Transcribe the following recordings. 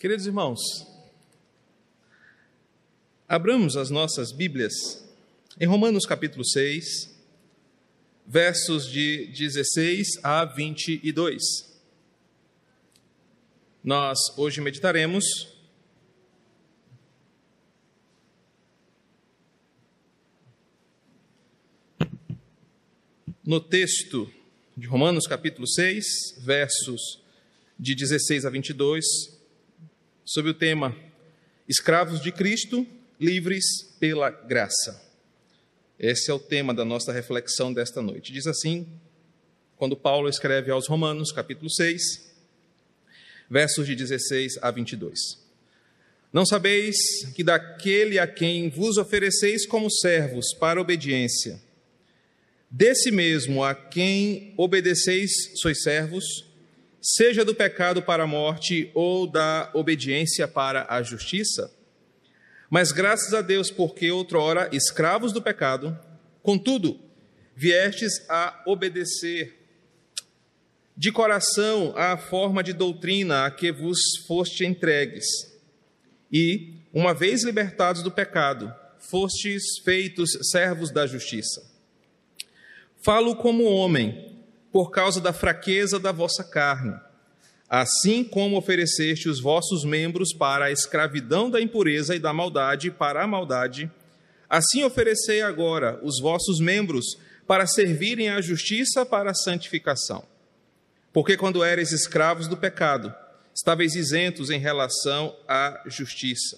Queridos irmãos, abramos as nossas Bíblias em Romanos capítulo 6, versos de 16 a 22. Nós hoje meditaremos no texto de Romanos capítulo 6, versos de 16 a 22, sobre o tema Escravos de Cristo, livres pela graça. Esse é o tema da nossa reflexão desta noite. Diz assim, quando Paulo escreve aos Romanos, capítulo 6, versos de 16 a 22. Não sabeis que daquele a quem vos ofereceis como servos para obediência, desse mesmo a quem obedeceis sois servos, seja do pecado para a morte ou da obediência para a justiça? Mas graças a Deus, porque outrora escravos do pecado, contudo, viestes a obedecer de coração à forma de doutrina a que vos foste entregues. E, uma vez libertados do pecado, fostes feitos servos da justiça. Falo como homem, por causa da fraqueza da vossa carne. Assim como ofereceste os vossos membros para a escravidão da impureza e da maldade para a maldade, assim oferecei agora os vossos membros para servirem à justiça para a santificação. Porque quando eres escravos do pecado, estáveis isentos em relação à justiça.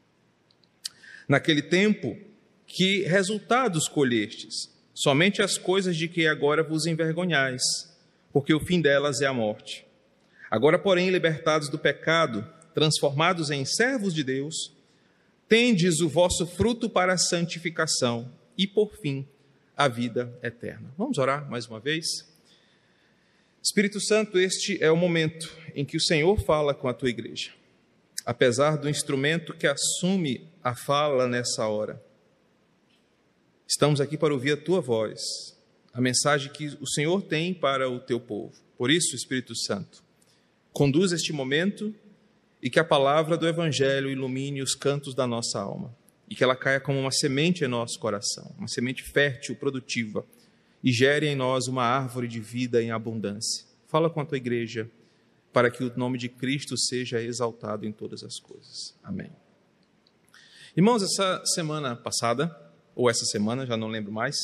Naquele tempo, que resultados colhestes? Somente as coisas de que agora vos envergonhais, porque o fim delas é a morte. Agora, porém, libertados do pecado, transformados em servos de Deus, tendes o vosso fruto para a santificação e, por fim, a vida eterna. Vamos orar mais uma vez? Espírito Santo, este é o momento em que o Senhor fala com a tua igreja. Apesar do instrumento que assume a fala nessa hora, estamos aqui para ouvir a tua voz, a mensagem que o Senhor tem para o teu povo. Por isso, Espírito Santo, conduz este momento e que a palavra do Evangelho ilumine os cantos da nossa alma e que ela caia como uma semente em nosso coração, uma semente fértil, produtiva, e gere em nós uma árvore de vida em abundância. Fala com a tua igreja para que o nome de Cristo seja exaltado em todas as coisas. Amém. Irmãos, essa semana passada, ou essa semana, já não lembro mais,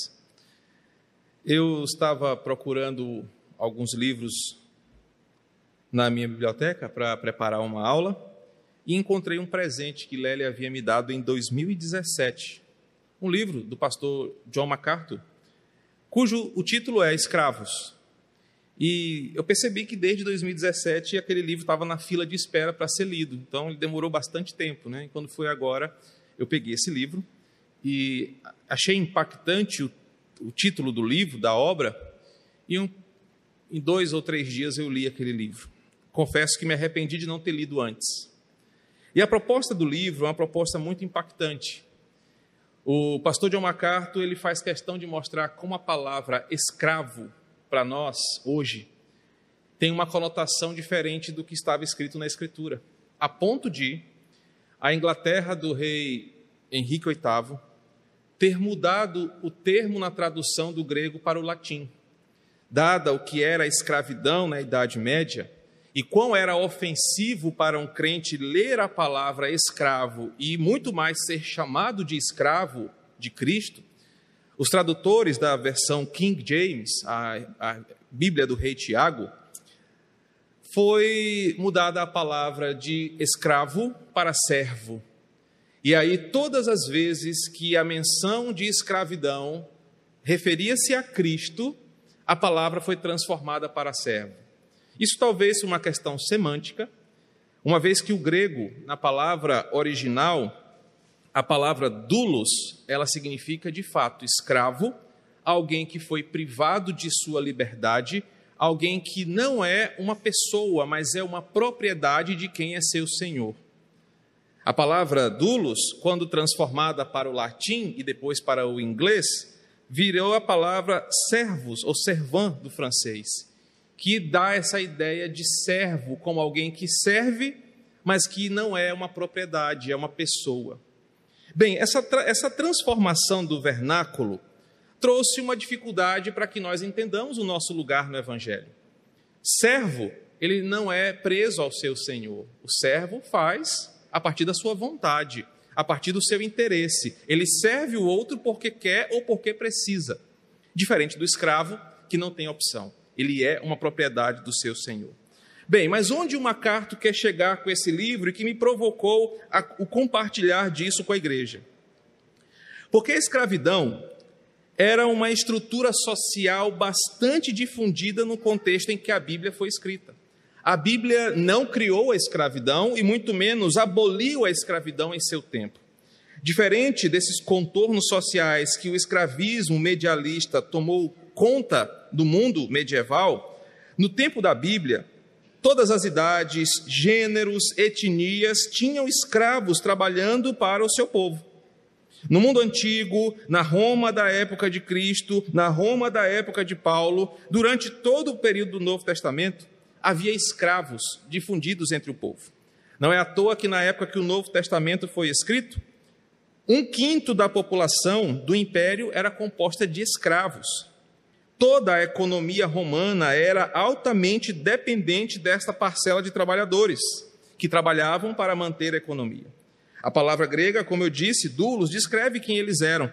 eu estava procurando alguns livros na minha biblioteca para preparar uma aula e encontrei um presente que Lélia havia me dado em 2017, um livro do pastor John MacArthur, cujo o título é Escravos. E eu percebi que desde 2017 aquele livro estava na fila de espera para ser lido, então ele demorou bastante tempo, né? E quando foi agora, eu peguei esse livro e achei impactante o título do livro, da obra, e em 2 ou 3 dias eu li aquele livro. Confesso que me arrependi de não ter lido antes. E a proposta do livro é uma proposta muito impactante. O pastor John MacArthur, ele faz questão de mostrar como a palavra escravo, para nós, hoje, tem uma conotação diferente do que estava escrito na Escritura, a ponto de a Inglaterra do rei Henrique VIII ter mudado o termo na tradução do grego para o latim, dada o que era a escravidão na Idade Média, e quão era ofensivo para um crente ler a palavra escravo e muito mais ser chamado de escravo de Cristo. Os tradutores da versão King James, a Bíblia do rei Tiago, foi mudada a palavra de escravo para servo. E aí, todas as vezes que a menção de escravidão referia-se a Cristo, a palavra foi transformada para servo. Isso talvez uma questão semântica, uma vez que o grego, na palavra original, a palavra doulos, ela significa de fato escravo, alguém que foi privado de sua liberdade, alguém que não é uma pessoa, mas é uma propriedade de quem é seu senhor. A palavra doulos, quando transformada para o latim e depois para o inglês, virou a palavra servos ou servant do francês, que dá essa ideia de servo como alguém que serve mas que não é uma propriedade, é uma pessoa. Bem, essa transformação do vernáculo trouxe uma dificuldade para que nós entendamos o nosso lugar no Evangelho. Servo, ele não é preso ao seu senhor. O servo faz a partir da sua vontade, a partir do seu interesse. Ele serve o outro porque quer ou porque precisa. Diferente do escravo, que não tem opção. Ele é uma propriedade do seu senhor. Bem, mas onde o MacArthur quer chegar com esse livro e que me provocou o compartilhar disso com a igreja? Porque a escravidão era uma estrutura social bastante difundida no contexto em que a Bíblia foi escrita. A Bíblia não criou a escravidão e muito menos aboliu a escravidão em seu tempo. Diferente desses contornos sociais que o escravismo medialista tomou conta do mundo medieval, no tempo da Bíblia, todas as idades, gêneros, etnias tinham escravos trabalhando para o seu povo. No mundo antigo, na Roma da época de Cristo, na Roma da época de Paulo, durante todo o período do Novo Testamento, havia escravos difundidos entre o povo. Não é à toa que na época que o Novo Testamento foi escrito, 1/5 da população do império era composta de escravos. Toda a economia romana era altamente dependente desta parcela de trabalhadores, que trabalhavam para manter a economia. A palavra grega, como eu disse, doulos, descreve quem eles eram.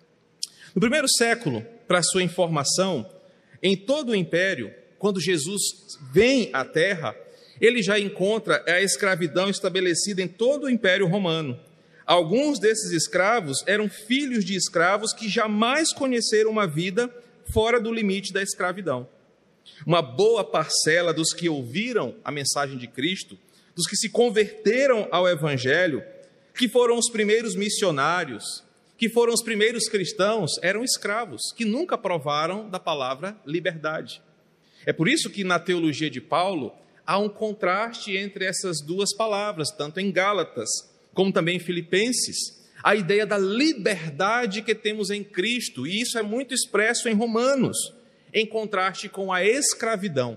No primeiro século, para sua informação, em todo o império, quando Jesus vem à terra, ele já encontra a escravidão estabelecida em todo o império romano. Alguns desses escravos eram filhos de escravos que jamais conheceram uma vida fora do limite da escravidão. Uma boa parcela dos que ouviram a mensagem de Cristo, dos que se converteram ao Evangelho, que foram os primeiros missionários, que foram os primeiros cristãos, eram escravos, que nunca provaram da palavra liberdade. É por isso que na teologia de Paulo há um contraste entre essas duas palavras, tanto em Gálatas como também em Filipenses, a ideia da liberdade que temos em Cristo, e isso é muito expresso em Romanos, em contraste com a escravidão.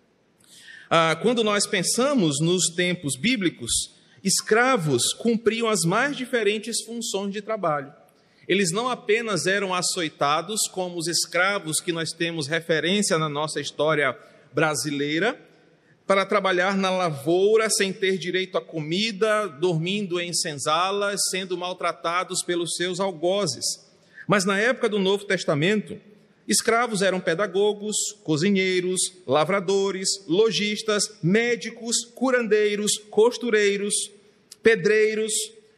Quando nós pensamos nos tempos bíblicos, escravos cumpriam as mais diferentes funções de trabalho. Eles não apenas eram açoitados, como os escravos que nós temos referência na nossa história brasileira, para trabalhar na lavoura sem ter direito à comida, dormindo em senzalas, sendo maltratados pelos seus algozes. Mas na época do Novo Testamento, escravos eram pedagogos, cozinheiros, lavradores, lojistas, médicos, curandeiros, costureiros, pedreiros.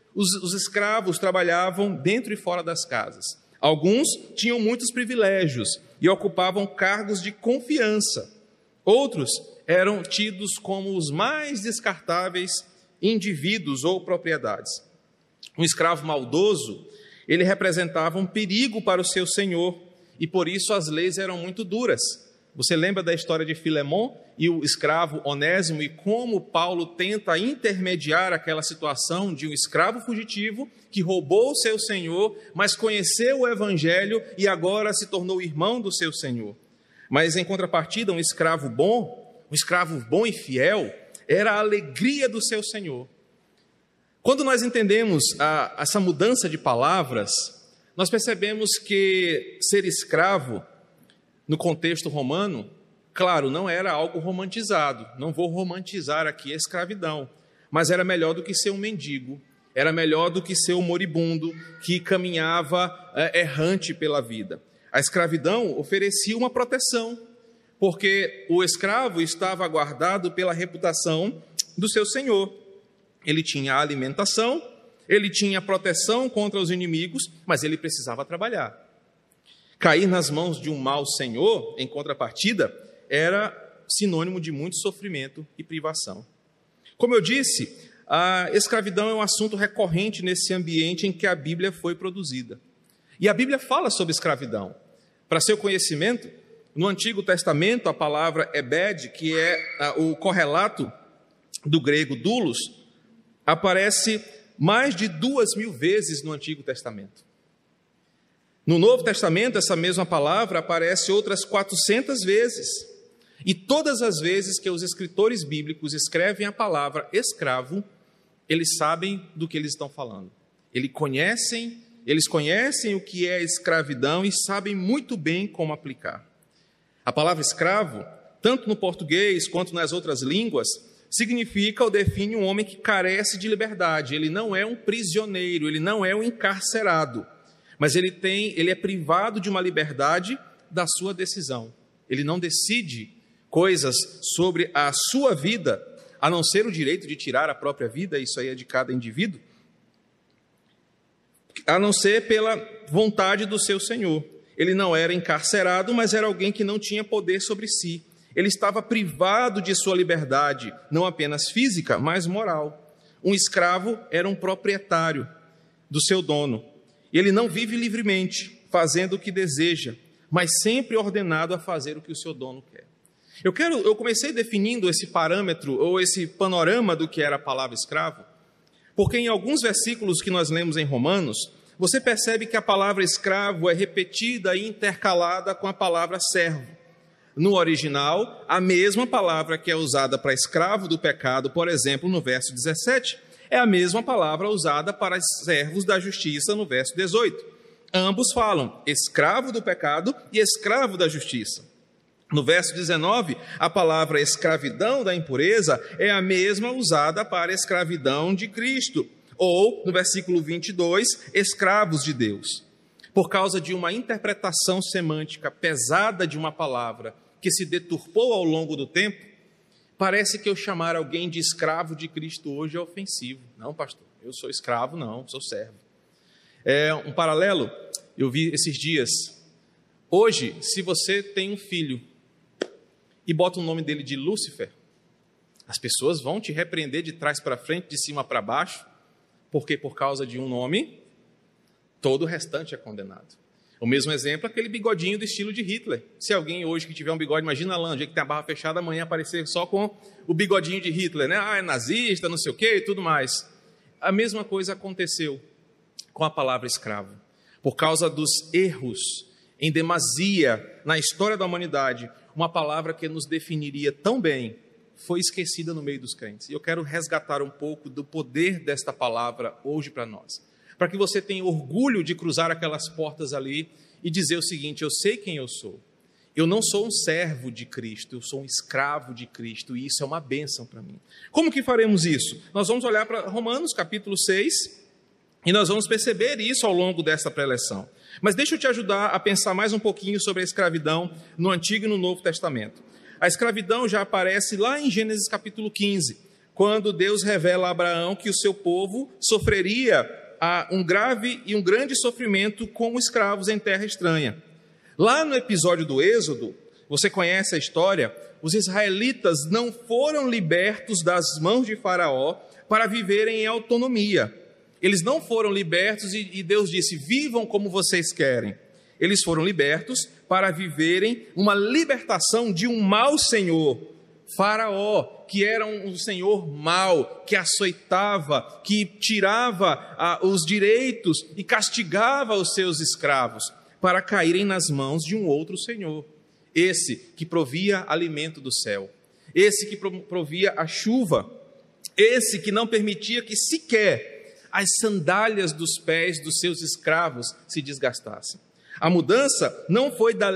Os escravos trabalhavam dentro e fora das casas. Alguns tinham muitos privilégios e ocupavam cargos de confiança. Outros eram tidos como os mais descartáveis indivíduos ou propriedades. Um escravo maldoso, ele representava um perigo para o seu senhor, e por isso as leis eram muito duras. Você lembra da história de Filemon e o escravo Onésimo, e como Paulo tenta intermediar aquela situação de um escravo fugitivo que roubou o seu senhor, mas conheceu o evangelho e agora se tornou irmão do seu senhor. Mas em contrapartida, um escravo bom e fiel, era a alegria do seu senhor. Quando nós entendemos essa mudança de palavras, nós percebemos que ser escravo, no contexto romano, claro, não era algo romantizado. Não vou romantizar aqui a escravidão, mas era melhor do que ser um mendigo, era melhor do que ser um moribundo que caminhava errante pela vida. A escravidão oferecia uma proteção, porque o escravo estava guardado pela reputação do seu senhor. Ele tinha alimentação, ele tinha proteção contra os inimigos, mas ele precisava trabalhar. Cair nas mãos de um mau senhor, em contrapartida, era sinônimo de muito sofrimento e privação. Como eu disse, a escravidão é um assunto recorrente nesse ambiente em que a Bíblia foi produzida. E a Bíblia fala sobre escravidão. Para seu conhecimento, no Antigo Testamento, a palavra ebed, que é o correlato do grego doulos, aparece mais de 2.000 vezes no Antigo Testamento. No Novo Testamento, essa mesma palavra aparece outras 400 vezes. E todas as vezes que os escritores bíblicos escrevem a palavra escravo, eles sabem do que eles estão falando. Eles conhecem o que é escravidão e sabem muito bem como aplicar. A palavra escravo, tanto no português quanto nas outras línguas, significa ou define um homem que carece de liberdade. Ele não é um prisioneiro, ele não é um encarcerado, mas ele é privado de uma liberdade da sua decisão. Ele não decide coisas sobre a sua vida, a não ser o direito de tirar a própria vida, isso aí é de cada indivíduo, a não ser pela vontade do seu Senhor. Ele não era encarcerado, mas era alguém que não tinha poder sobre si. Ele estava privado de sua liberdade, não apenas física, mas moral. Um escravo era um proprietário do seu dono. Ele não vive livremente, fazendo o que deseja, mas sempre ordenado a fazer o que o seu dono quer. Eu comecei definindo esse parâmetro, ou esse panorama do que era a palavra escravo, porque em alguns versículos que nós lemos em Romanos, você percebe que a palavra escravo é repetida e intercalada com a palavra servo. No original, a mesma palavra que é usada para escravo do pecado, por exemplo, no verso 17, é a mesma palavra usada para servos da justiça no verso 18. Ambos falam escravo do pecado e escravo da justiça. No verso 19, a palavra escravidão da impureza é a mesma usada para escravidão de Cristo. Ou, no versículo 22, escravos de Deus. Por causa de uma interpretação semântica pesada de uma palavra que se deturpou ao longo do tempo, parece que eu chamar alguém de escravo de Cristo hoje é ofensivo. Não, pastor, eu sou escravo, não, sou servo. É um paralelo, eu vi esses dias. Hoje, se você tem um filho e bota o nome dele de Lúcifer, as pessoas vão te repreender de trás para frente, de cima para baixo, porque por causa de um nome, todo o restante é condenado. O mesmo exemplo, aquele bigodinho do estilo de Hitler. Se alguém hoje que tiver um bigode, imagina lá, um dia que tem a barra fechada, amanhã aparecer só com o bigodinho de Hitler, né? Ah, é nazista, não sei o quê e tudo mais. A mesma coisa aconteceu com a palavra escravo. Por causa dos erros em demasia na história da humanidade, uma palavra que nos definiria tão bem foi esquecida no meio dos crentes. E eu quero resgatar um pouco do poder desta palavra hoje para nós. Para que você tenha orgulho de cruzar aquelas portas ali e dizer o seguinte: eu sei quem eu sou. Eu não sou um servo de Cristo, eu sou um escravo de Cristo, e isso é uma bênção para mim. Como que faremos isso? Nós vamos olhar para Romanos capítulo 6 e nós vamos perceber isso ao longo desta preleção. Mas deixa eu te ajudar a pensar mais um pouquinho sobre a escravidão no Antigo e no Novo Testamento. A escravidão já aparece lá em Gênesis capítulo 15, quando Deus revela a Abraão que o seu povo sofreria um grave e um grande sofrimento como escravos em terra estranha. Lá no episódio do Êxodo, você conhece a história, os israelitas não foram libertos das mãos de Faraó para viverem em autonomia. Eles não foram libertos e Deus disse: vivam como vocês querem. Eles foram libertos para viverem uma libertação de um mau senhor, Faraó, que era um senhor mau, que açoitava, que tirava os direitos e castigava os seus escravos para caírem nas mãos de um outro senhor. Esse que provia alimento do céu, esse que provia a chuva, esse que não permitia que sequer as sandálias dos pés dos seus escravos se desgastassem. A mudança não foi da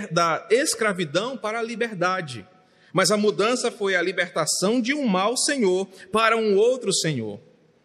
escravidão para a liberdade, mas a mudança foi a libertação de um mau senhor para um outro senhor.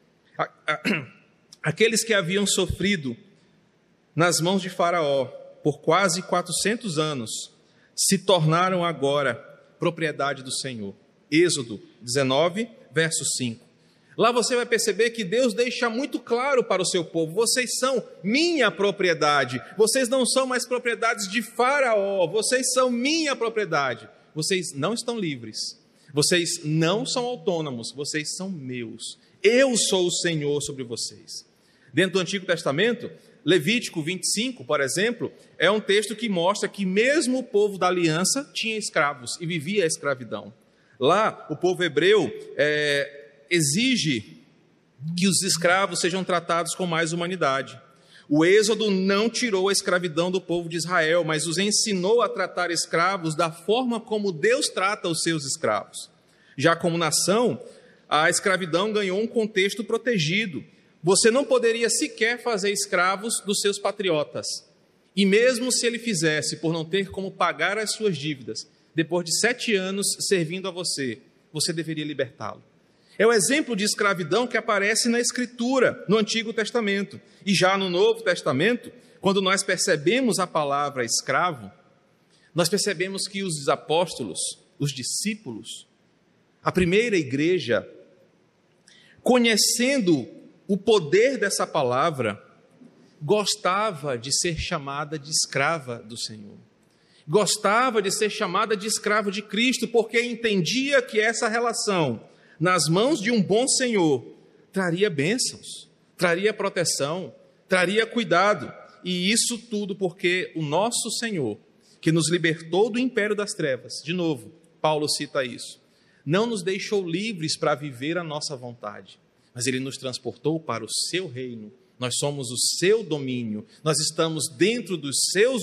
Aqueles que haviam sofrido nas mãos de Faraó por quase 400 anos se tornaram agora propriedade do Senhor. Êxodo 19, verso 5. Lá você vai perceber que Deus deixa muito claro para o seu povo: vocês são minha propriedade, vocês não são mais propriedades de Faraó, vocês são minha propriedade. Vocês não estão livres, vocês não são autônomos, vocês são meus. Eu sou o Senhor sobre vocês. Dentro do Antigo Testamento, Levítico 25, por exemplo, é um texto que mostra que mesmo o povo da aliança tinha escravos e vivia a escravidão. Lá, o povo hebreu exige que os escravos sejam tratados com mais humanidade. O Êxodo não tirou a escravidão do povo de Israel, mas os ensinou a tratar escravos da forma como Deus trata os seus escravos. Já como nação, a escravidão ganhou um contexto protegido. Você não poderia sequer fazer escravos dos seus patriotas. E mesmo se ele fizesse, por não ter como pagar as suas dívidas, depois de 7 anos servindo a você, você deveria libertá-lo. É o exemplo de escravidão que aparece na Escritura, no Antigo Testamento. E já no Novo Testamento, quando nós percebemos a palavra escravo, nós percebemos que os apóstolos, os discípulos, a primeira igreja, conhecendo o poder dessa palavra, gostava de ser chamada de escrava do Senhor. Gostava de ser chamada de escravo de Cristo, porque entendia que essa relação nas mãos de um bom Senhor traria bênçãos, traria proteção, traria cuidado. E isso tudo porque o nosso Senhor, que nos libertou do império das trevas, de novo, Paulo cita isso, não nos deixou livres para viver a nossa vontade, mas Ele nos transportou para o seu reino. Nós somos o seu domínio, nós estamos dentro dos seus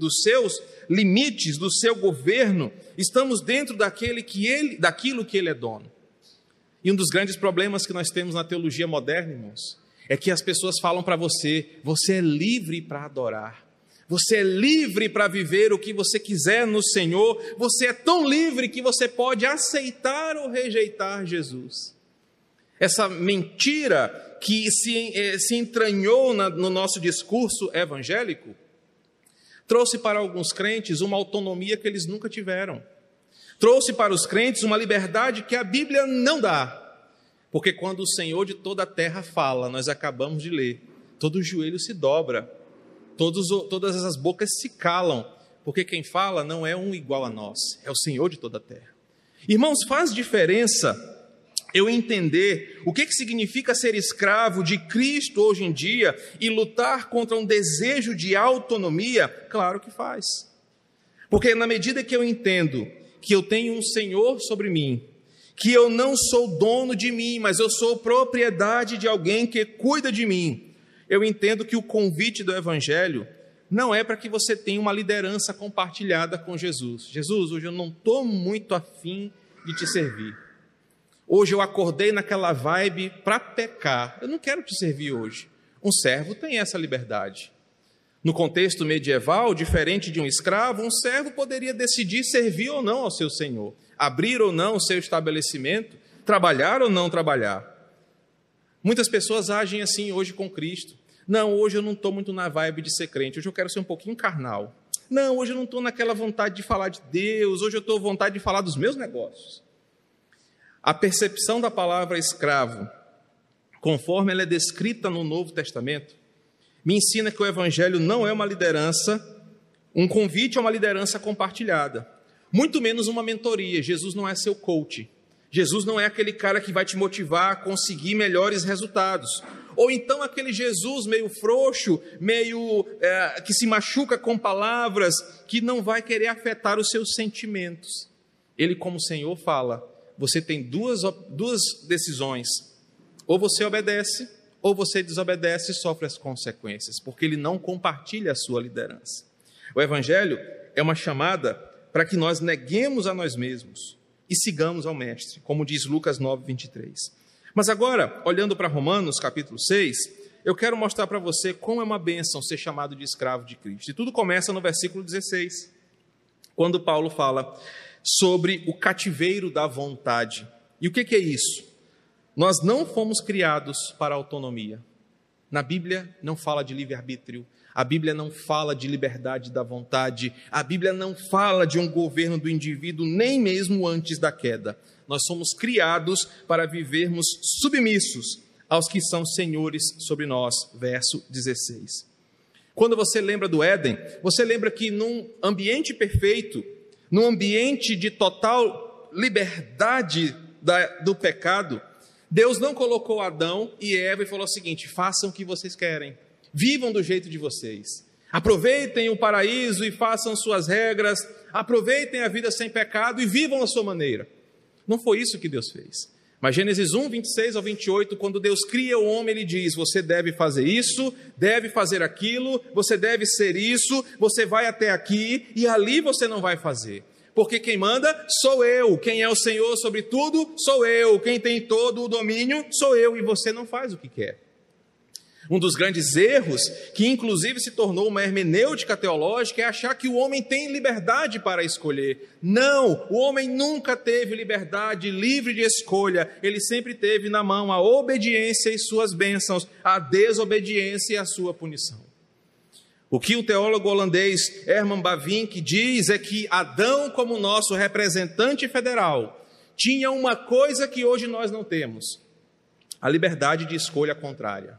limites, do seu governo, estamos dentro daquilo que Ele é dono. E um dos grandes problemas que nós temos na teologia moderna, irmãos, é que as pessoas falam para você, você é livre para adorar, você é livre para viver o que você quiser no Senhor, você é tão livre que você pode aceitar ou rejeitar Jesus. Essa mentira que se entranhou no nosso discurso evangélico, trouxe para alguns crentes uma autonomia que eles nunca tiveram. Trouxe para os crentes uma liberdade que a Bíblia não dá. Porque quando o Senhor de toda a terra fala, nós acabamos de ler, todo joelho se dobra, todas as bocas se calam, porque quem fala não é um igual a nós, é o Senhor de toda a terra. Irmãos, faz diferença eu entender o que significa ser escravo de Cristo hoje em dia e lutar contra um desejo de autonomia? Claro que faz. Porque na medida que eu entendo que eu tenho um Senhor sobre mim, que eu não sou dono de mim, mas eu sou propriedade de alguém que cuida de mim, eu entendo que o convite do Evangelho não é para que você tenha uma liderança compartilhada com Jesus. Jesus, hoje eu não estou muito afim de te servir. Hoje eu acordei naquela vibe para pecar. Eu não quero te servir hoje. Um servo tem essa liberdade. No contexto medieval, diferente de um escravo, um servo poderia decidir servir ou não ao seu senhor, abrir ou não o seu estabelecimento, trabalhar ou não trabalhar. Muitas pessoas agem assim hoje com Cristo. Não, hoje eu não estou muito na vibe de ser crente, hoje eu quero ser um pouquinho carnal. Não, hoje eu não estou naquela vontade de falar de Deus, hoje eu estou à vontade de falar dos meus negócios. A percepção da palavra escravo, conforme ela é descrita no Novo Testamento, me ensina que o Evangelho não é uma liderança, um convite a uma liderança compartilhada, muito menos uma mentoria. Jesus não é seu coach, Jesus não é aquele cara que vai te motivar a conseguir melhores resultados, ou então aquele Jesus meio frouxo, meio que se machuca com palavras, que não vai querer afetar os seus sentimentos. Ele, como Senhor, fala, você tem duas decisões, ou você obedece, ou você desobedece e sofre as consequências, porque ele não compartilha a sua liderança. O Evangelho é uma chamada para que nós neguemos a nós mesmos e sigamos ao Mestre, como diz Lucas 9, 23. Mas agora, olhando para Romanos, capítulo 6, eu quero mostrar para você como é uma bênção ser chamado de escravo de Cristo. E tudo começa no versículo 16, quando Paulo fala sobre o cativeiro da vontade. E o que é isso? Nós não fomos criados para a autonomia. Na Bíblia não fala de livre-arbítrio, a Bíblia não fala de liberdade da vontade, a Bíblia não fala de um governo do indivíduo, nem mesmo antes da queda. Nós somos criados para vivermos submissos aos que são senhores sobre nós. Verso 16. Quando você lembra do Éden, você lembra que num ambiente perfeito, num ambiente de total liberdade do pecado, Deus não colocou Adão e Eva e falou o seguinte: façam o que vocês querem, vivam do jeito de vocês, aproveitem o paraíso e façam suas regras, aproveitem a vida sem pecado e vivam a sua maneira. Não foi isso que Deus fez. Mas Gênesis 1, 26 ao 28, quando Deus cria o homem, Ele diz: você deve fazer isso, deve fazer aquilo, você deve ser isso, você vai até aqui e ali você não vai fazer. Porque quem manda sou eu, quem é o Senhor sobre tudo sou eu, quem tem todo o domínio sou eu, e você não faz o que quer. Um dos grandes erros, que inclusive se tornou uma hermenêutica teológica, é achar que o homem tem liberdade para escolher. Não, o homem nunca teve liberdade livre de escolha. Ele sempre teve na mão a obediência e suas bênçãos, a desobediência e a sua punição. O que o teólogo holandês Herman Bavinck diz é que Adão, como nosso representante federal, tinha uma coisa que hoje nós não temos: a liberdade de escolha contrária.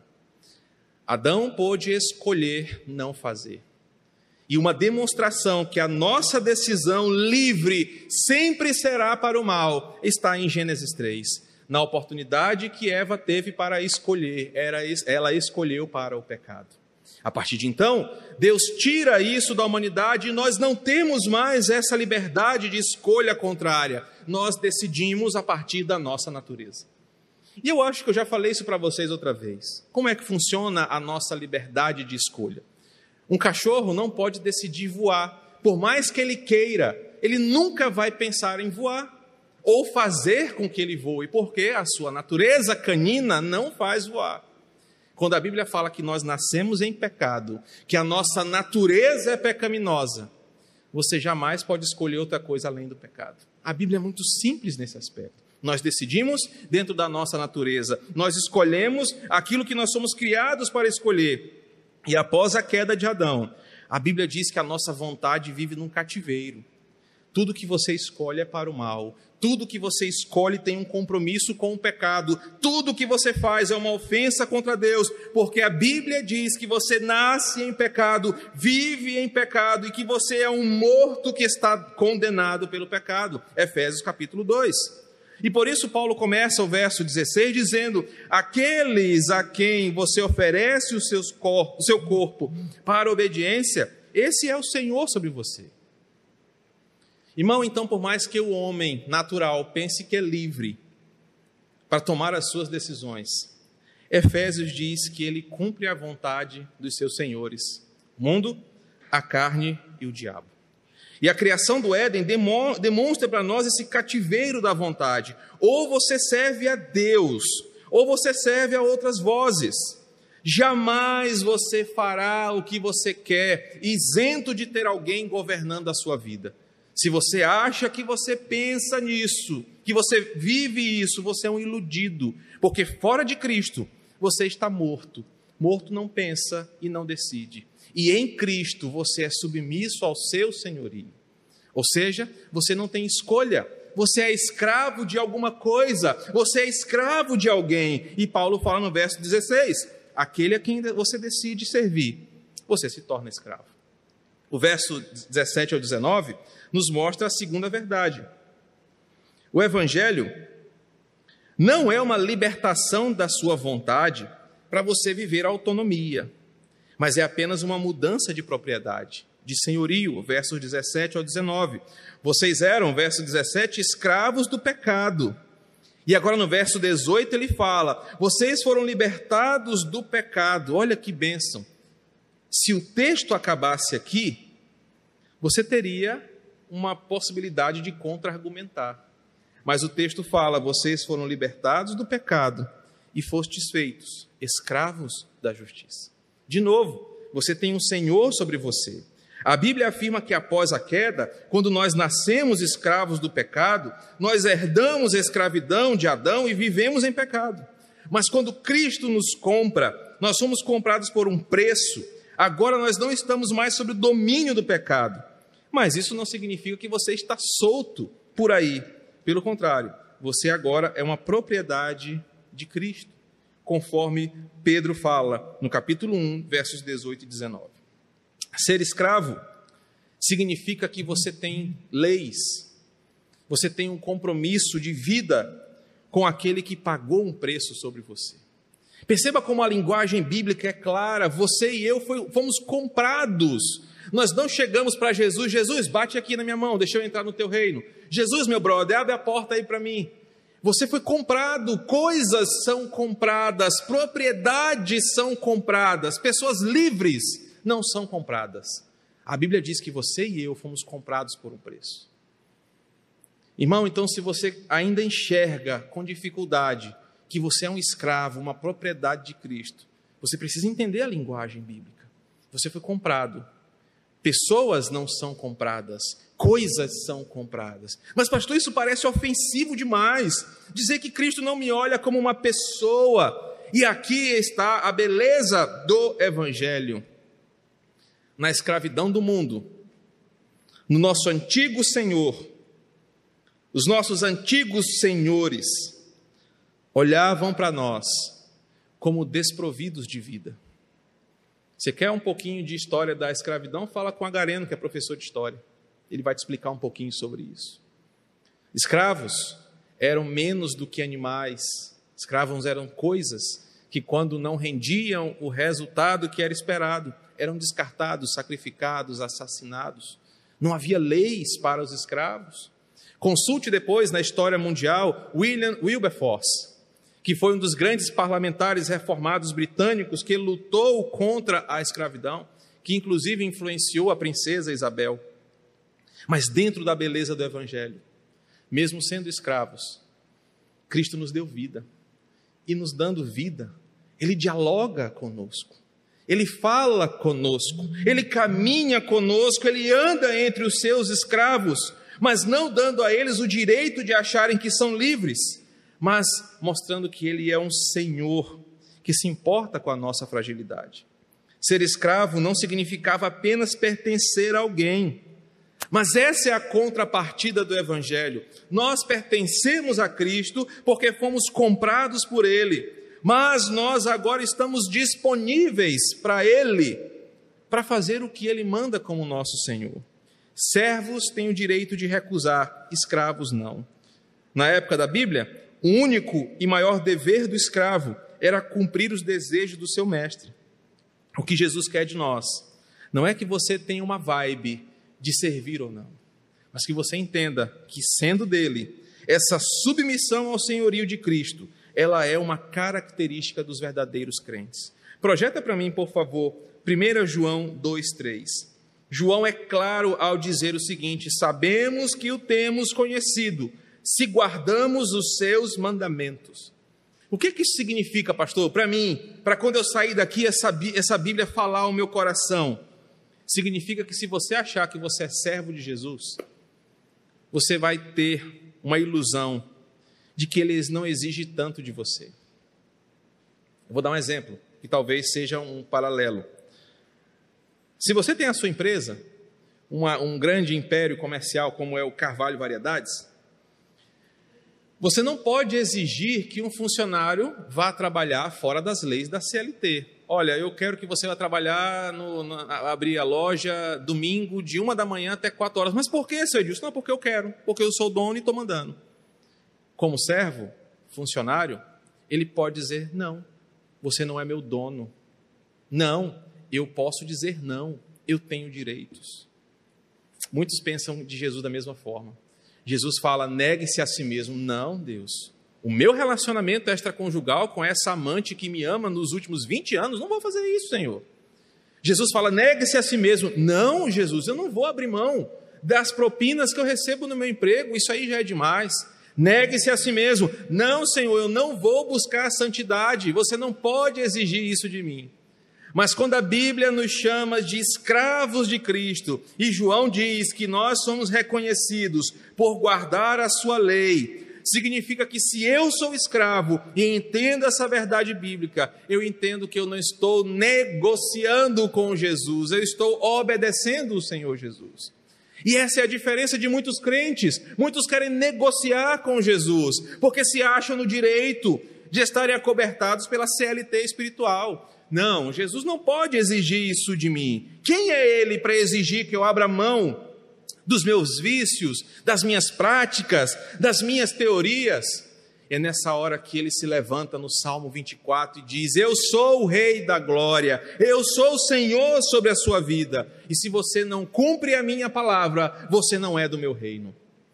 Adão pôde escolher não fazer. E uma demonstração que a nossa decisão livre sempre será para o mal está em Gênesis 3. Na oportunidade que Eva teve para escolher, ela escolheu para o pecado. A partir de então, Deus tira isso da humanidade e nós não temos mais essa liberdade de escolha contrária. Nós decidimos a partir da nossa natureza. E eu acho que eu já falei isso para vocês outra vez. Como é que funciona a nossa liberdade de escolha? Um cachorro não pode decidir voar. Por mais que ele queira, ele nunca vai pensar em voar ou fazer com que ele voe, porque a sua natureza canina não faz voar. Quando a Bíblia fala que nós nascemos em pecado, que a nossa natureza é pecaminosa, você jamais pode escolher outra coisa além do pecado. A Bíblia é muito simples nesse aspecto. Nós decidimos dentro da nossa natureza, nós escolhemos aquilo que nós somos criados para escolher. E após a queda de Adão, a Bíblia diz que a nossa vontade vive num cativeiro. Tudo que você escolhe é para o mal, tudo que você escolhe tem um compromisso com o pecado, tudo que você faz é uma ofensa contra Deus, porque a Bíblia diz que você nasce em pecado, vive em pecado e que você é um morto que está condenado pelo pecado. Efésios capítulo 2. E por isso Paulo começa o verso 16 dizendo: aqueles a quem você oferece o seu corpo para obediência, esse é o Senhor sobre você. Irmão, então, por mais que o homem natural pense que é livre para tomar as suas decisões, Efésios diz que ele cumpre a vontade dos seus senhores, o mundo, a carne e o diabo. E a criação do Éden demonstra para nós esse cativeiro da vontade. Ou você serve a Deus, ou você serve a outras vozes. Jamais você fará o que você quer, isento de ter alguém governando a sua vida. Se você acha que você pensa nisso, que você vive isso, você é um iludido. Porque fora de Cristo, você está morto. Morto não pensa e não decide. E em Cristo você é submisso ao seu senhorio. Ou seja, você não tem escolha. Você é escravo de alguma coisa. Você é escravo de alguém. E Paulo fala no verso 16: aquele a quem você decide servir, você se torna escravo. O verso 17 ao 19 nos mostra a segunda verdade. O Evangelho não é uma libertação da sua vontade para você viver a autonomia, mas é apenas uma mudança de propriedade, de senhorio, versos 17 ao 19. Vocês eram, verso 17, escravos do pecado. E agora no verso 18 ele fala: vocês foram libertados do pecado. Olha que bênção. Se o texto acabasse aqui, você teria uma possibilidade de contra-argumentar. Mas o texto fala: vocês foram libertados do pecado e fostes feitos escravos da justiça. De novo, você tem um Senhor sobre você. A Bíblia afirma que após a queda, quando nós nascemos escravos do pecado, nós herdamos a escravidão de Adão e vivemos em pecado. Mas quando Cristo nos compra, nós somos comprados por um preço. Agora nós não estamos mais sob o domínio do pecado. Mas isso não significa que você está solto por aí. Pelo contrário, você agora é uma propriedade de Cristo, conforme Pedro fala no capítulo 1, versos 18 e 19. Ser escravo significa que você tem leis, você tem um compromisso de vida com aquele que pagou um preço sobre você. Perceba como a linguagem bíblica é clara. Você e eu fomos comprados. Nós não chegamos para Jesus: Jesus, bate aqui na minha mão, deixa eu entrar no teu reino. Jesus, meu brother, abre a porta aí para mim. Você foi comprado, coisas são compradas, propriedades são compradas, pessoas livres não são compradas. A Bíblia diz que você e eu fomos comprados por um preço. Irmão, então se você ainda enxerga com dificuldade que você é um escravo, uma propriedade de Cristo, você precisa entender a linguagem bíblica. Você foi comprado. Pessoas não são compradas, coisas são compradas. Mas pastor, isso parece ofensivo demais. Dizer que Cristo não me olha como uma pessoa. E aqui está a beleza do Evangelho. Na escravidão do mundo, no nosso antigo Senhor, os nossos antigos senhores olhavam para nós como desprovidos de vida. Você quer um pouquinho de história da escravidão? Fala com Agareno, que é professor de história. Ele vai te explicar um pouquinho sobre isso. Escravos eram menos do que animais. Escravos eram coisas que, quando não rendiam o resultado que era esperado, eram descartados, sacrificados, assassinados. Não havia leis para os escravos. Consulte depois, na história mundial, William Wilberforce, que foi um dos grandes parlamentares reformados britânicos que lutou contra a escravidão, que inclusive influenciou a princesa Isabel. Mas dentro da beleza do Evangelho, mesmo sendo escravos, Cristo nos deu vida. E nos dando vida, Ele dialoga conosco. Ele fala conosco. Ele caminha conosco. Ele anda entre os seus escravos, mas não dando a eles o direito de acharem que são livres, mas mostrando que Ele é um Senhor que se importa com a nossa fragilidade. Ser escravo não significava apenas pertencer a alguém, mas essa é a contrapartida do Evangelho. Nós pertencemos a Cristo porque fomos comprados por Ele, mas nós agora estamos disponíveis para Ele, para fazer o que Ele manda como nosso Senhor. Servos têm o direito de recusar, escravos não. Na época da Bíblia, o único e maior dever do escravo era cumprir os desejos do seu mestre. O que Jesus quer de nós não é que você tenha uma vibe de servir ou não, mas que você entenda que, sendo dele, essa submissão ao senhorio de Cristo, ela é uma característica dos verdadeiros crentes. Projeta para mim, por favor, 1 João 2,3. João é claro ao dizer o seguinte: sabemos que o temos conhecido, se guardamos os seus mandamentos. O que isso significa, pastor? Para mim, para quando eu sair daqui, essa Bíblia falar ao meu coração, significa que se você achar que você é servo de Jesus, você vai ter uma ilusão de que Ele não exige tanto de você. Eu vou dar um exemplo, que talvez seja um paralelo. Se você tem a sua empresa, um grande império comercial como é o Carvalho Variedades, você não pode exigir que um funcionário vá trabalhar fora das leis da CLT. Olha, eu quero que você vá trabalhar, abrir a loja domingo de 1 da manhã até 4 horas. Mas por que, seu Edilson? Não, porque eu quero, porque eu sou dono e estou mandando. Como servo, funcionário, ele pode dizer: não, você não é meu dono. Não, eu posso dizer não, eu tenho direitos. Muitos pensam de Jesus da mesma forma. Jesus fala: negue-se a si mesmo. Não, Deus, o meu relacionamento extraconjugal com essa amante que me ama nos últimos 20 anos, não vou fazer isso, Senhor. Jesus fala: negue-se a si mesmo. Não, Jesus, eu não vou abrir mão das propinas que eu recebo no meu emprego, isso aí já é demais. Negue-se a si mesmo. Não, Senhor, eu não vou buscar a santidade, você não pode exigir isso de mim. Mas quando a Bíblia nos chama de escravos de Cristo, e João diz que nós somos reconhecidos por guardar a sua lei, significa que se eu sou escravo e entendo essa verdade bíblica, eu entendo que eu não estou negociando com Jesus, eu estou obedecendo o Senhor Jesus. E essa é a diferença de muitos crentes. Muitos querem negociar com Jesus, porque se acham no direito de estarem acobertados pela CLT espiritual. Não, Jesus não pode exigir isso de mim. Quem é Ele para exigir que eu abra mão dos meus vícios, das minhas práticas, das minhas teorias? É nessa hora que Ele se levanta no Salmo 24 e diz: eu sou o Rei da Glória, eu sou o Senhor sobre a sua vida, e se você não cumpre a minha palavra, você não é do meu reino.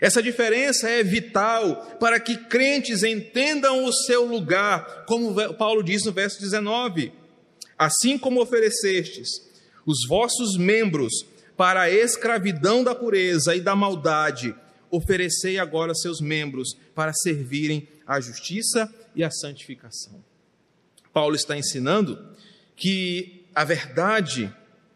Essa diferença é vital para que crentes entendam o seu lugar, como Paulo diz no verso 19. Assim como oferecestes os vossos membros para a escravidão da pureza e da maldade, oferecei agora seus membros para servirem à justiça e à santificação. Paulo está ensinando que a verdade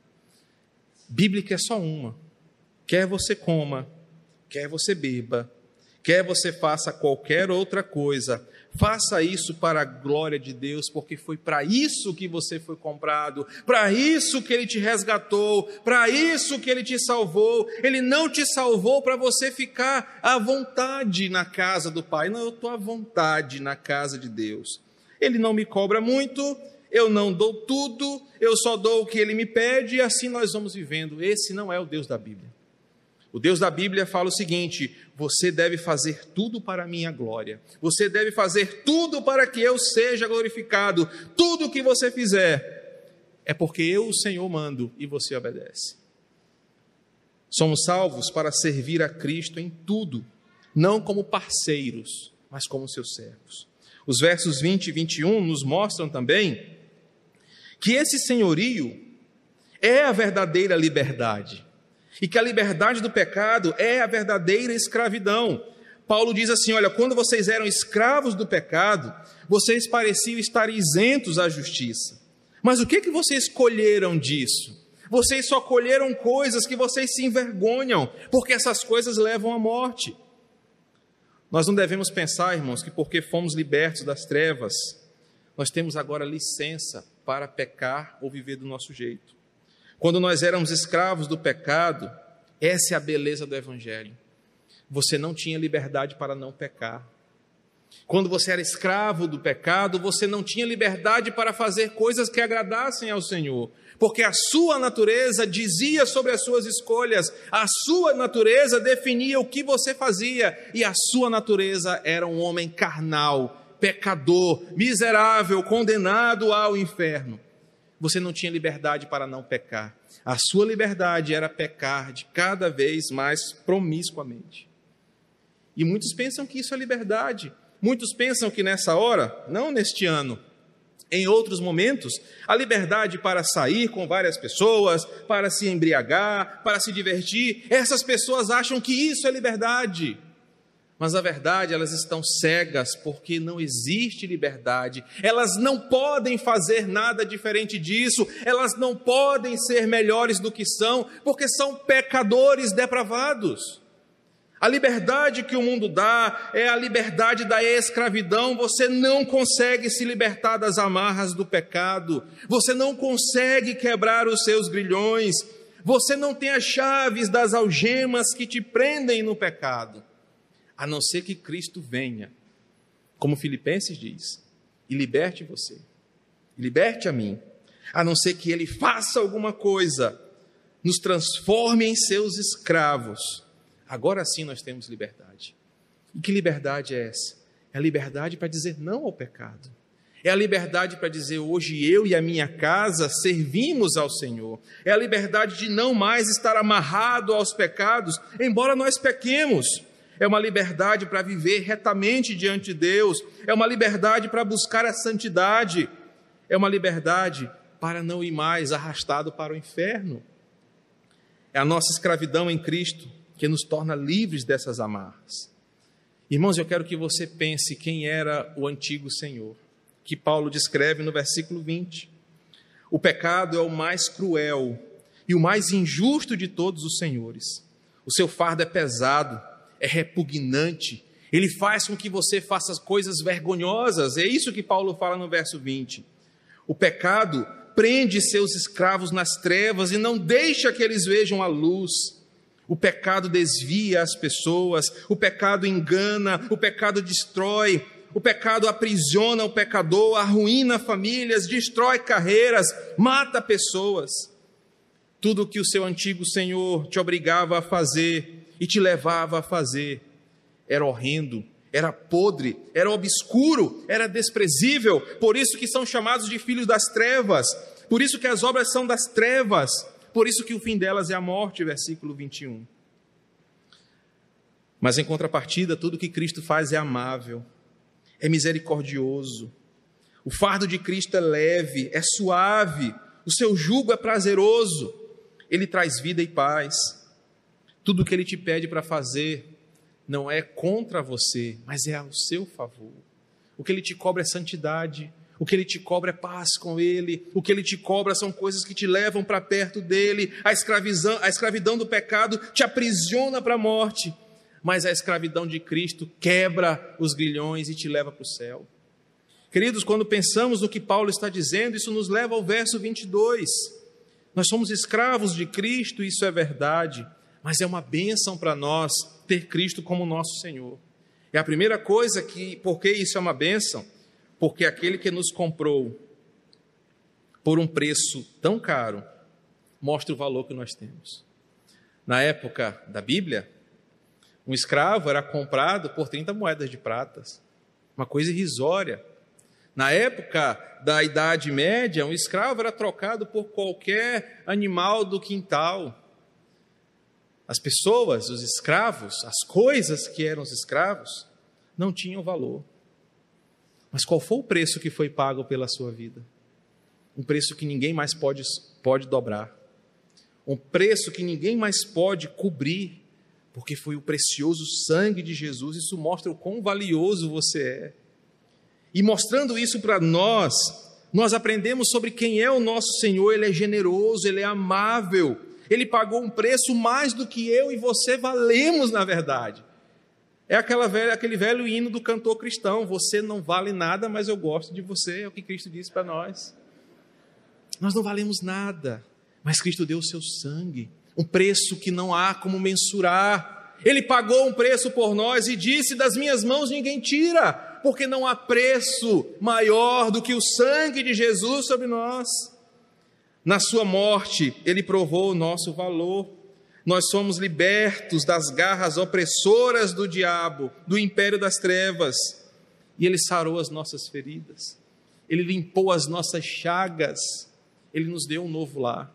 bíblica é só uma. Quer você coma, quer você beba, quer você faça qualquer outra coisa, faça isso para a glória de Deus, porque foi para isso que você foi comprado, para isso que Ele te resgatou, para isso que Ele te salvou. Ele não te salvou para você ficar à vontade na casa do Pai. Não, eu estou à vontade na casa de Deus. Ele não me cobra muito, eu não dou tudo, eu só dou o que Ele me pede, e assim nós vamos vivendo. Esse não é o Deus da Bíblia. O Deus da Bíblia fala o seguinte: você deve fazer tudo para a minha glória, você deve fazer tudo para que eu seja glorificado, tudo o que você fizer é porque eu, o Senhor, mando e você obedece. Somos salvos para servir a Cristo em tudo, não como parceiros, mas como seus servos. Os versos 20 e 21 nos mostram também que esse senhorio é a verdadeira liberdade, e que a liberdade do pecado é a verdadeira escravidão. Paulo diz assim: olha, quando vocês eram escravos do pecado, vocês pareciam estar isentos à justiça. Mas o que vocês colheram disso? Vocês só colheram coisas que vocês se envergonham, porque essas coisas levam à morte. Nós não devemos pensar, irmãos, que porque fomos libertos das trevas, nós temos agora licença para pecar ou viver do nosso jeito. Quando nós éramos escravos do pecado, essa é a beleza do Evangelho. Você não tinha liberdade para não pecar. Quando você era escravo do pecado, você não tinha liberdade para fazer coisas que agradassem ao Senhor, porque a sua natureza dizia sobre as suas escolhas, a sua natureza definia o que você fazia, e a sua natureza era um homem carnal, pecador, miserável, condenado ao inferno. Você não tinha liberdade para não pecar. A sua liberdade era pecar de cada vez mais promiscuamente. E muitos pensam que isso é liberdade. Muitos pensam que nessa hora, não neste ano, em outros momentos, a liberdade para sair com várias pessoas, para se embriagar, para se divertir, essas pessoas acham que isso é liberdade. Mas na verdade elas estão cegas, porque não existe liberdade. Elas não podem fazer nada diferente disso. Elas não podem ser melhores do que são, porque são pecadores depravados. A liberdade que o mundo dá é a liberdade da escravidão. Você não consegue se libertar das amarras do pecado. Você não consegue quebrar os seus grilhões. Você não tem as chaves das algemas que te prendem no pecado. A não ser que Cristo venha, como Filipenses diz, e liberte você, e liberte a mim. A não ser que Ele faça alguma coisa, nos transforme em seus escravos. Agora sim nós temos liberdade. E que liberdade é essa? É a liberdade para dizer não ao pecado. É a liberdade para dizer: hoje eu e a minha casa servimos ao Senhor. É a liberdade de não mais estar amarrado aos pecados, embora nós pequemos. É uma liberdade para viver retamente diante de Deus. É uma liberdade para buscar a santidade. É uma liberdade para não ir mais arrastado para o inferno. É a nossa escravidão em Cristo que nos torna livres dessas amarras. Irmãos, eu quero que você pense quem era o antigo Senhor, que Paulo descreve no versículo 20. O pecado é o mais cruel e o mais injusto de todos os senhores. O seu fardo é pesado, é repugnante, ele faz com que você faça coisas vergonhosas. É isso que Paulo fala no verso 20. O pecado prende seus escravos nas trevas e não deixa que eles vejam a luz. O pecado desvia as pessoas, o pecado engana, o pecado destrói, o pecado aprisiona o pecador, arruína famílias, destrói carreiras, mata pessoas. Tudo o que o seu antigo Senhor te obrigava a fazer e te levava a fazer era horrendo, era podre, era obscuro, era desprezível. Por isso que são chamados de filhos das trevas, por isso que as obras são das trevas, por isso que o fim delas é a morte, versículo 21. Mas em contrapartida, tudo que Cristo faz é amável, é misericordioso. O fardo de Cristo é leve, é suave, o seu jugo é prazeroso, ele traz vida e paz. Tudo o que ele te pede para fazer não é contra você, mas é ao seu favor. O que ele te cobra é santidade, o que ele te cobra é paz com ele, o que ele te cobra são coisas que te levam para perto dele. A escravidão do pecado te aprisiona para a morte, mas a escravidão de Cristo quebra os grilhões e te leva para o céu. Queridos, quando pensamos no que Paulo está dizendo, isso nos leva ao verso 22. Nós somos escravos de Cristo, isso é verdade, mas é uma bênção para nós ter Cristo como nosso Senhor. É a primeira coisa por que isso é uma bênção? Porque aquele que nos comprou por um preço tão caro, mostra o valor que nós temos. Na época da Bíblia, um escravo era comprado por 30 moedas de prata, uma coisa irrisória. Na época da Idade Média, um escravo era trocado por qualquer animal do quintal. As pessoas, os escravos, as coisas que eram os escravos, não tinham valor. Mas qual foi o preço que foi pago pela sua vida? Um preço que ninguém mais pode dobrar. Um preço que ninguém mais pode cobrir, porque foi o precioso sangue de Jesus. Isso mostra o quão valioso você é. E mostrando isso para nós aprendemos sobre quem é o nosso Senhor. Ele é generoso, ele é amável. Ele pagou um preço mais do que eu e você valemos, na verdade. É aquele velho hino do cantor cristão: você não vale nada, mas eu gosto de você. É o que Cristo disse para nós. Nós não valemos nada, mas Cristo deu o seu sangue, um preço que não há como mensurar. Ele pagou um preço por nós e disse: das minhas mãos ninguém tira, porque não há preço maior do que o sangue de Jesus sobre nós. Na sua morte, ele provou o nosso valor. Nós somos libertos das garras opressoras do diabo, do império das trevas. E ele sarou as nossas feridas. Ele limpou as nossas chagas. Ele nos deu um novo lar.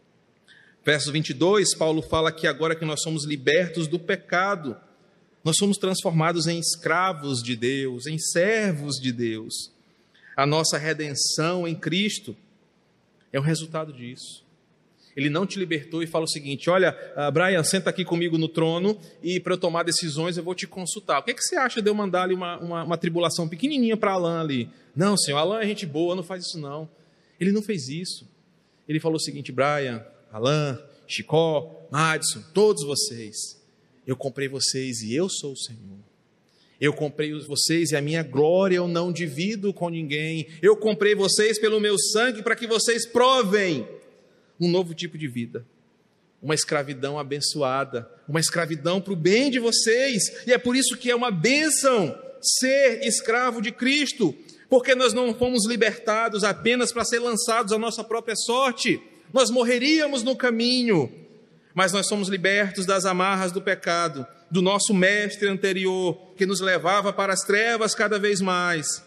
Verso 22, Paulo fala que agora que nós somos libertos do pecado, nós somos transformados em escravos de Deus, em servos de Deus. A nossa redenção em Cristo é o resultado disso. Ele não te libertou e fala o seguinte: olha, Brian, senta aqui comigo no trono e para eu tomar decisões eu vou te consultar. O que você acha de eu mandar ali uma tribulação pequenininha para Alain ali? Não, senhor, Alain é gente boa, não faz isso não. Ele não fez isso. Ele falou o seguinte: Brian, Alain, Chicó, Madison, todos vocês, eu comprei vocês e eu sou o Senhor. Eu comprei vocês e a minha glória eu não divido com ninguém. Eu comprei vocês pelo meu sangue para que vocês provem um novo tipo de vida, uma escravidão abençoada, uma escravidão para o bem de vocês. E é por isso que é uma bênção ser escravo de Cristo, porque nós não fomos libertados apenas para ser lançados à nossa própria sorte. Nós morreríamos no caminho, mas nós somos libertos das amarras do pecado, do nosso mestre anterior, que nos levava para as trevas cada vez mais.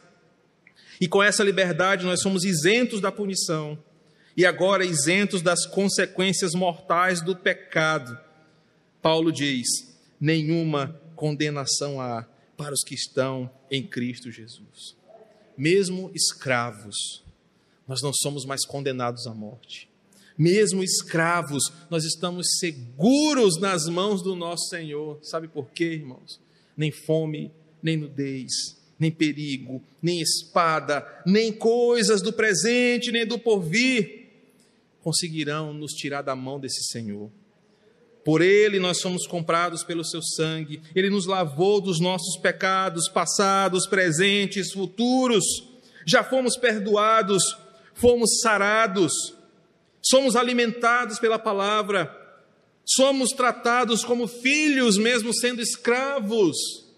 E com essa liberdade nós somos isentos da punição, e agora isentos das consequências mortais do pecado. Paulo diz: nenhuma condenação há para os que estão em Cristo Jesus. Mesmo escravos, nós não somos mais condenados à morte. Mesmo escravos, nós estamos seguros nas mãos do nosso Senhor. Sabe por quê, irmãos? Nem fome, nem nudez, nem perigo, nem espada, nem coisas do presente, nem do porvir conseguirão nos tirar da mão desse Senhor. Por Ele nós somos comprados pelo seu sangue. Ele nos lavou dos nossos pecados passados, presentes, futuros. Já fomos perdoados, fomos sarados, somos alimentados pela palavra, somos tratados como filhos mesmo sendo escravos,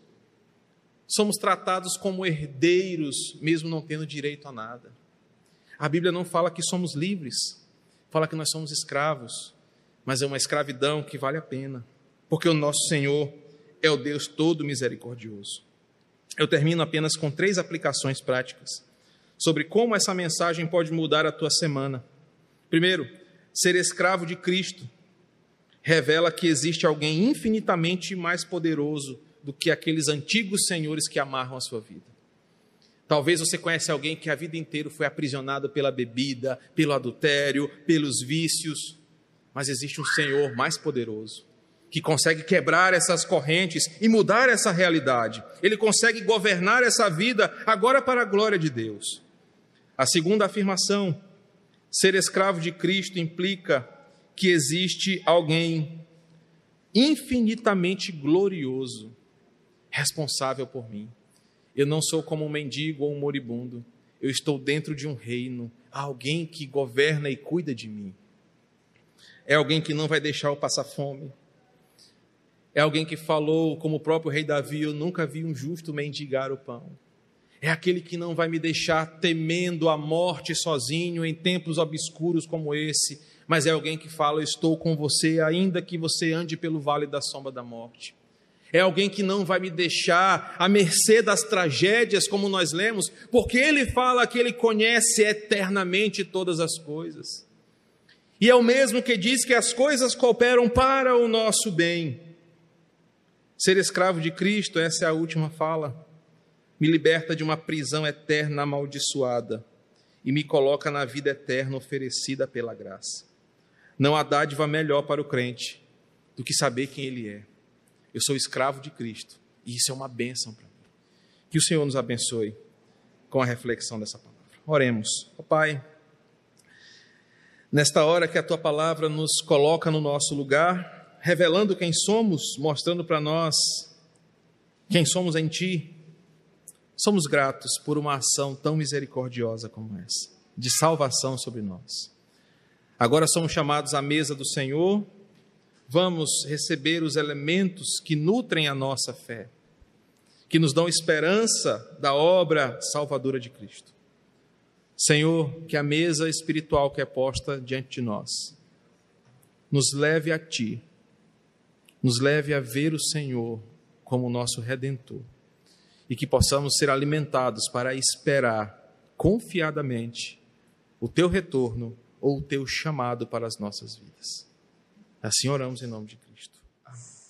somos tratados como herdeiros mesmo não tendo direito a nada. A Bíblia não fala que somos livres, fala que nós somos escravos, mas é uma escravidão que vale a pena, porque o nosso Senhor é o Deus todo misericordioso. Eu termino apenas com 3 aplicações práticas sobre como essa mensagem pode mudar a tua semana. Primeiro, ser escravo de Cristo revela que existe alguém infinitamente mais poderoso do que aqueles antigos senhores que amarram a sua vida. Talvez você conhece alguém que a vida inteira foi aprisionado pela bebida, pelo adultério, pelos vícios, mas existe um Senhor mais poderoso, que consegue quebrar essas correntes e mudar essa realidade. Ele consegue governar essa vida agora para a glória de Deus. A segunda afirmação, ser escravo de Cristo implica que existe alguém infinitamente glorioso, responsável por mim. Eu não sou como um mendigo ou um moribundo. Eu estou dentro de um reino, alguém que governa e cuida de mim. É alguém que não vai deixar eu passar fome. É alguém que falou, como o próprio rei Davi, eu nunca vi um justo mendigar o pão. É aquele que não vai me deixar temendo a morte sozinho em tempos obscuros como esse, mas é alguém que fala, eu estou com você, ainda que você ande pelo vale da sombra da morte. É alguém que não vai me deixar à mercê das tragédias, como nós lemos, porque ele fala que ele conhece eternamente todas as coisas. E é o mesmo que diz que as coisas cooperam para o nosso bem. Ser escravo de Cristo, essa é a última fala, me liberta de uma prisão eterna amaldiçoada e me coloca na vida eterna oferecida pela graça. Não há dádiva melhor para o crente do que saber quem ele é. Eu sou escravo de Cristo e isso é uma bênção para mim. Que o Senhor nos abençoe com a reflexão dessa palavra. Oremos. Ó Pai, nesta hora que a Tua palavra nos coloca no nosso lugar, revelando quem somos, mostrando para nós quem somos em Ti, somos gratos por uma ação tão misericordiosa como essa, de salvação sobre nós. Agora somos chamados à mesa do Senhor, vamos receber os elementos que nutrem a nossa fé, que nos dão esperança da obra salvadora de Cristo. Senhor, que a mesa espiritual que é posta diante de nós nos leve a Ti, nos leve a ver o Senhor como nosso Redentor e que possamos ser alimentados para esperar confiadamente o Teu retorno ou o Teu chamado para as nossas vidas. Assim oramos em nome de Cristo. Amém.